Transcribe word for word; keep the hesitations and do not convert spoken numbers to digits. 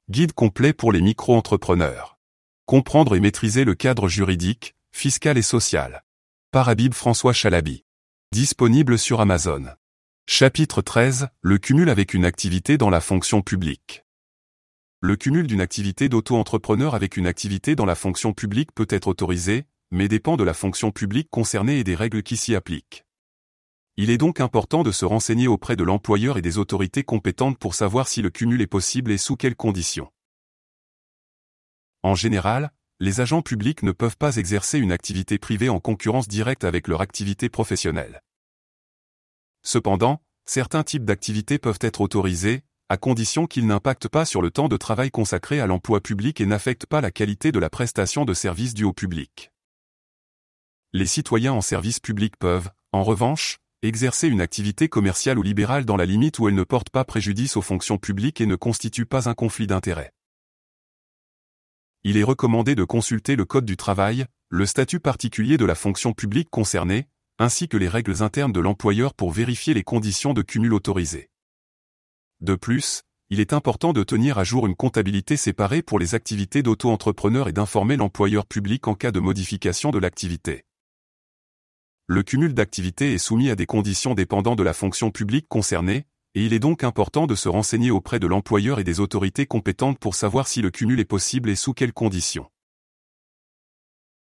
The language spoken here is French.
Guide complet pour les micro-entrepreneurs. Comprendre et maîtriser le cadre juridique, fiscal et social. Par Habib François Chalabi. Disponible sur Amazon. Chapitre treize. Le cumul avec une activité dans la fonction publique. Le cumul d'une activité d'auto-entrepreneur avec une activité dans la fonction publique peut être autorisé, mais dépend de la fonction publique concernée et des règles qui s'y appliquent. Il est donc important de se renseigner auprès de l'employeur et des autorités compétentes pour savoir si le cumul est possible et sous quelles conditions. En général, les agents publics ne peuvent pas exercer une activité privée en concurrence directe avec leur activité professionnelle. Cependant, certains types d'activités peuvent être autorisés, à condition qu'ils n'impactent pas sur le temps de travail consacré à l'emploi public et n'affectent pas la qualité de la prestation de services due au public. Les citoyens en service public peuvent, en revanche, exercer une activité commerciale ou libérale dans la limite où elle ne porte pas préjudice aux fonctions publiques et ne constitue pas un conflit d'intérêts. Il est recommandé de consulter le Code du travail, le statut particulier de la fonction publique concernée, ainsi que les règles internes de l'employeur pour vérifier les conditions de cumul autorisées. De plus, il est important de tenir à jour une comptabilité séparée pour les activités d'auto-entrepreneur et d'informer l'employeur public en cas de modification de l'activité. Le cumul d'activités est soumis à des conditions dépendant de la fonction publique concernée, et il est donc important de se renseigner auprès de l'employeur et des autorités compétentes pour savoir si le cumul est possible et sous quelles conditions.